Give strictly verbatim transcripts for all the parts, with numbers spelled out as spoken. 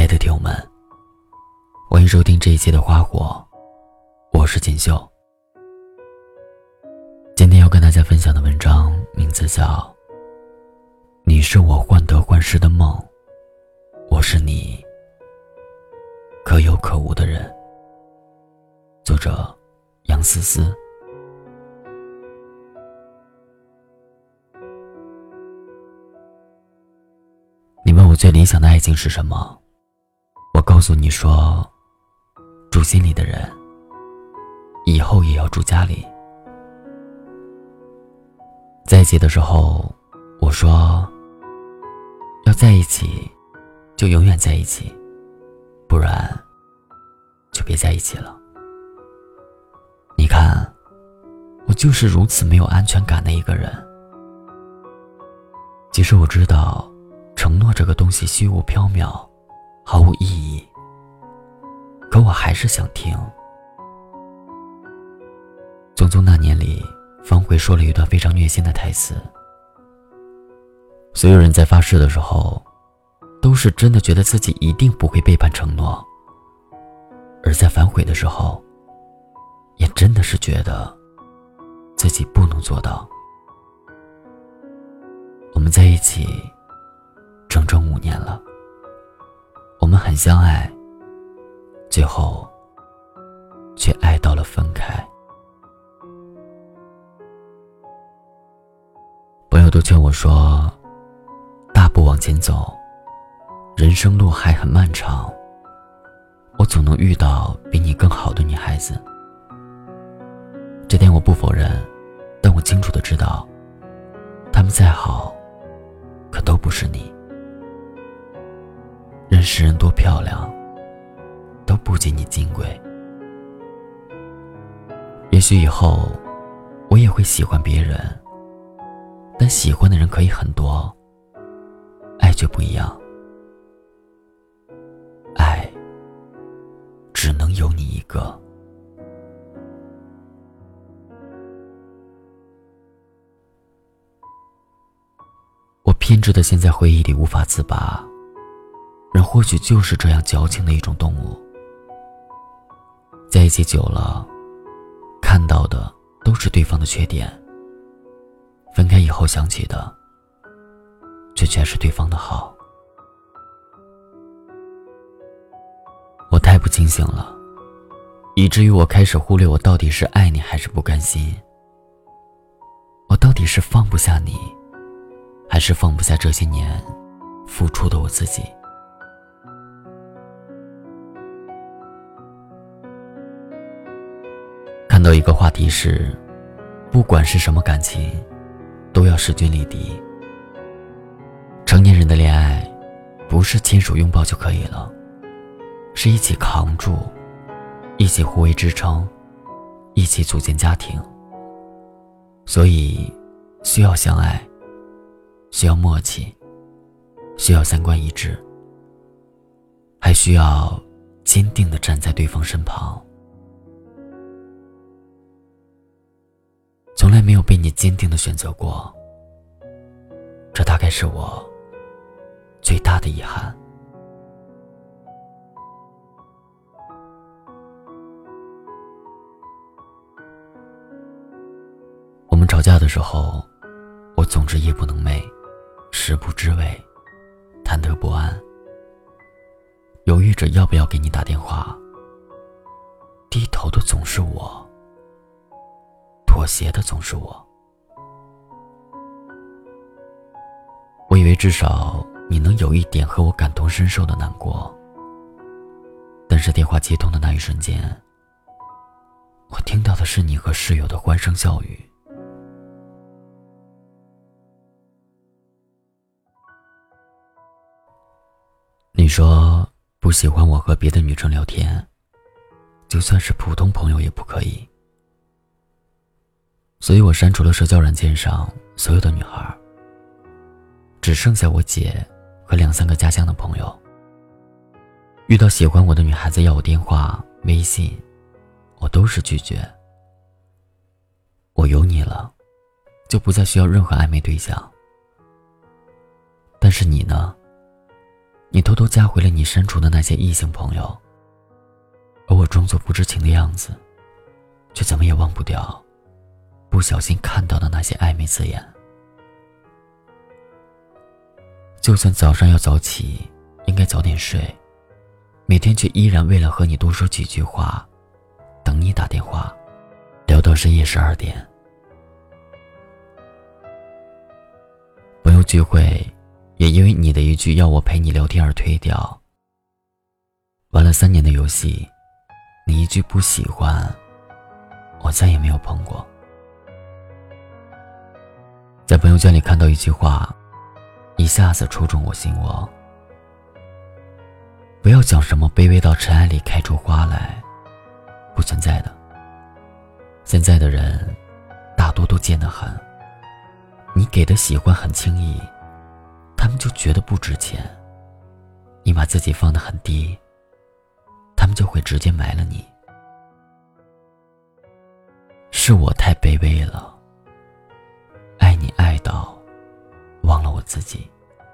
亲爱的听友们，欢迎收听这一期的花火，我是锦绣。今天要跟大家分享的文章名字叫《你是我患得患失的梦，我是你可有可无的人》，作者杨思思。你问我最理想的爱情是什么？我告诉你说，住心里的人以后也要住家里。在一起的时候，我说要在一起就永远在一起，不然就别在一起了。你看，我就是如此没有安全感的一个人。其实我知道承诺这个东西虚无缥缈，毫无意义，可我还是想听。匆匆那年里，方茴说了一段非常虐心的台词。所有人在发誓的时候，都是真的觉得自己一定不会背叛承诺，而在反悔的时候，也真的是觉得自己不能做到。我们在一起整整五年了，我们很相爱，最后却爱到了分开。朋友都劝我说，大步往前走，人生路还很漫长，我总能遇到比你更好的女孩子。这点我不否认，但我清楚地知道，她们再好，可都不是你。任世人多漂亮，都不及你金贵。也许以后我也会喜欢别人，但喜欢的人可以很多，爱却不一样。爱只能有你一个。我偏执的陷在回忆里无法自拔，人或许就是这样矫情的一种动物。在一起久了，看到的都是对方的缺点，分开以后想起的却全是对方的好。我太不清醒了，以至于我开始忽略我到底是爱你还是不甘心。我到底是放不下你，还是放不下这些年付出的我自己。看到一个话题是，不管是什么感情，都要势均力敌。成年人的恋爱，不是牵手拥抱就可以了，是一起扛住，一起互为支撑，一起组建家庭。所以，需要相爱，需要默契，需要三观一致，还需要坚定地站在对方身旁。从来没有被你坚定地选择过，这大概是我最大的遗憾。我们吵架的时候，我总是夜不能寐，食不知味，忐忑不安，犹豫着要不要给你打电话。低头的总是我，妥协的总是我。我以为至少你能有一点和我感同身受的难过，但是电话接通的那一瞬间，我听到的是你和室友的欢声笑语。你说不喜欢我和别的女生聊天，就算是普通朋友也不可以。所以我删除了社交软件上所有的女孩，只剩下我姐和两三个家乡的朋友。遇到喜欢我的女孩子要我电话、微信，我都是拒绝。我有你了，就不再需要任何暧昧对象。但是你呢？ 你偷偷加回了你删除的那些异性朋友，而我装作不知情的样子，却怎么也忘不掉不小心看到的那些暧昧字眼。就算早上要早起，应该早点睡，每天却依然为了和你多说几句话，等你打电话，聊到深夜十二点。朋友聚会也因为你的一句要我陪你聊天而推掉。玩了三年的游戏，你一句不喜欢，我再也没有碰过。在朋友圈里看到一句话，一下子戳中我心窝。不要讲什么卑微到尘埃里开出花来，不存在的。现在的人大多都贱得很，你给的喜欢很轻易，他们就觉得不值钱；你把自己放得很低，他们就会直接埋了你。是我太卑微了，爱你爱到忘了我自己。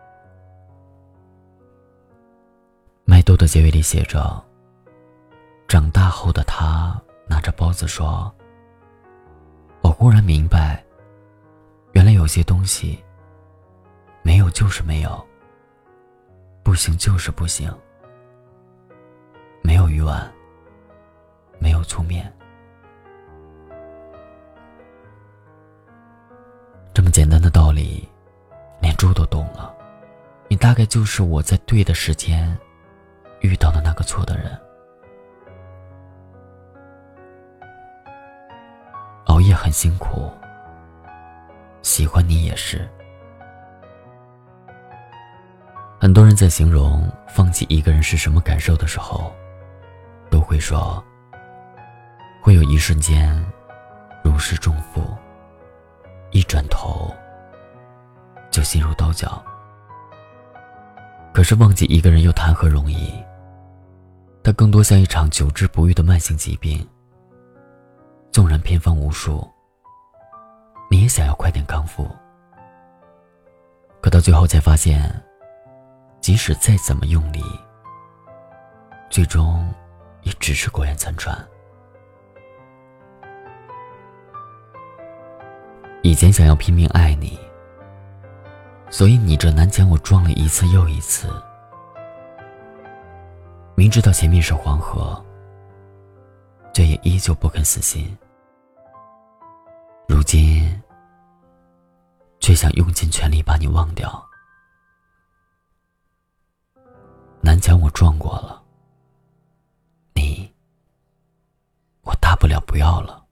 麦兜的结尾里写着，长大后的他拿着包子说，我忽然明白，原来有些东西没有就是没有，不行就是不行，没有鱼丸，没有粗面。这么简单的道理，连猪都懂了。你大概就是我在对的时间遇到的那个错的人。熬夜很辛苦，喜欢你也是。很多人在形容放弃一个人是什么感受的时候，都会说，会有一瞬间如释重负，一转头就心如刀绞。可是忘记一个人又谈何容易，它更多像一场久治不愈的慢性疾病。纵然偏方无数，你也想要快点康复，可到最后才发现，即使再怎么用力，最终也只是苟延残喘。以前想要拼命爱你，所以你这南墙我撞了一次又一次，明知道前面是黄河，却也依旧不肯死心。如今却想用尽全力把你忘掉。南墙我撞过了，你我大不了不要了。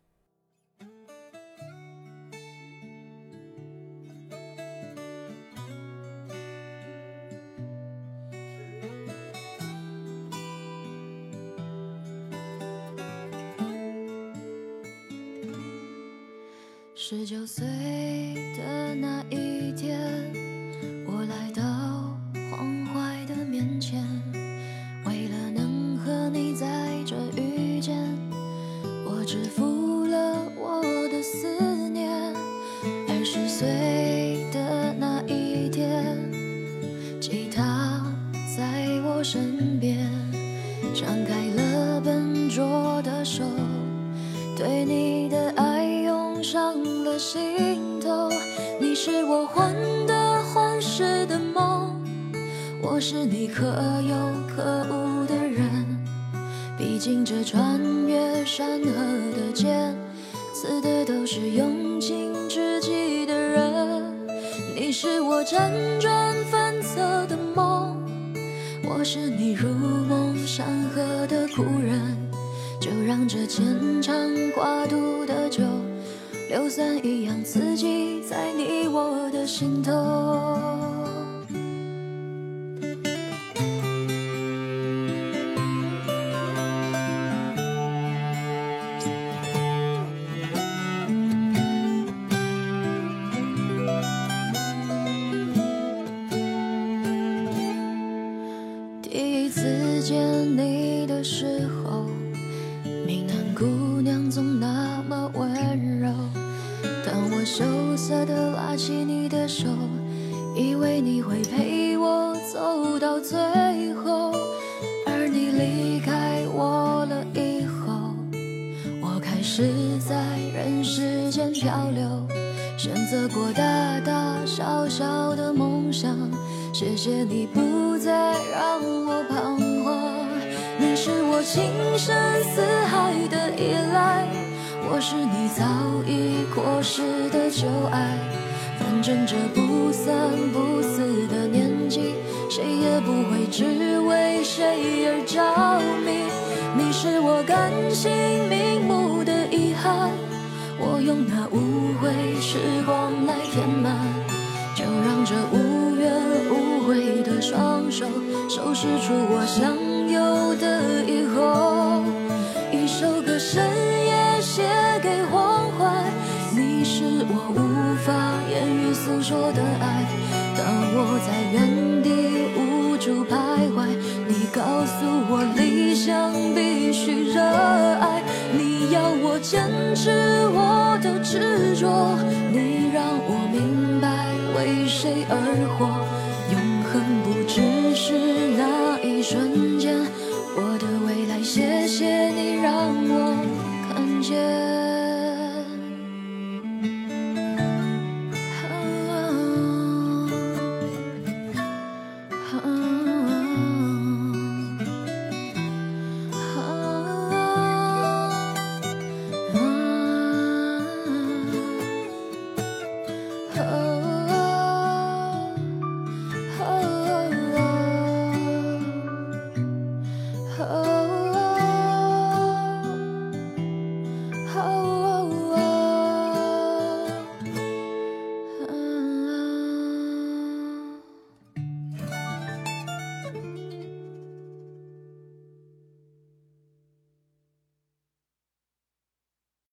十九岁的那一天，我来到黄淮的面前，为了能和你在这遇见，我支付了我的思念。二十岁的那一天，吉他在我身边，张开了笨拙的手，对你的爱涌上了心头。你是我患得患失的梦，我是你可有可无的人。毕竟这穿越山河的剑，刺的都是用尽知己的人。你是我辗转反侧的梦，我是你如梦山河的故人。就让这牵肠挂肚的酒，硫酸一样刺激在你我的心头。第一次见你的时候，闽南姑娘总那么温柔。当我羞涩地拉起你的手，以为你会陪我走到最谢谢你不再让我彷徨。你是我情深似海的依赖，我是你早已过时的旧爱。反正这不三不四的年纪，谁也不会只为谁而着迷。你是我甘心瞑目的遗憾，我用那无悔时光来填满。就让这无怨无悔的双手收拾出我想有的以后。一首歌深夜写给黄昏，你是我无法言语诉说的爱。当我在原地无助徘徊，你告诉我理想必须热爱。你要我坚持我的执着，你让我明白为谁而活。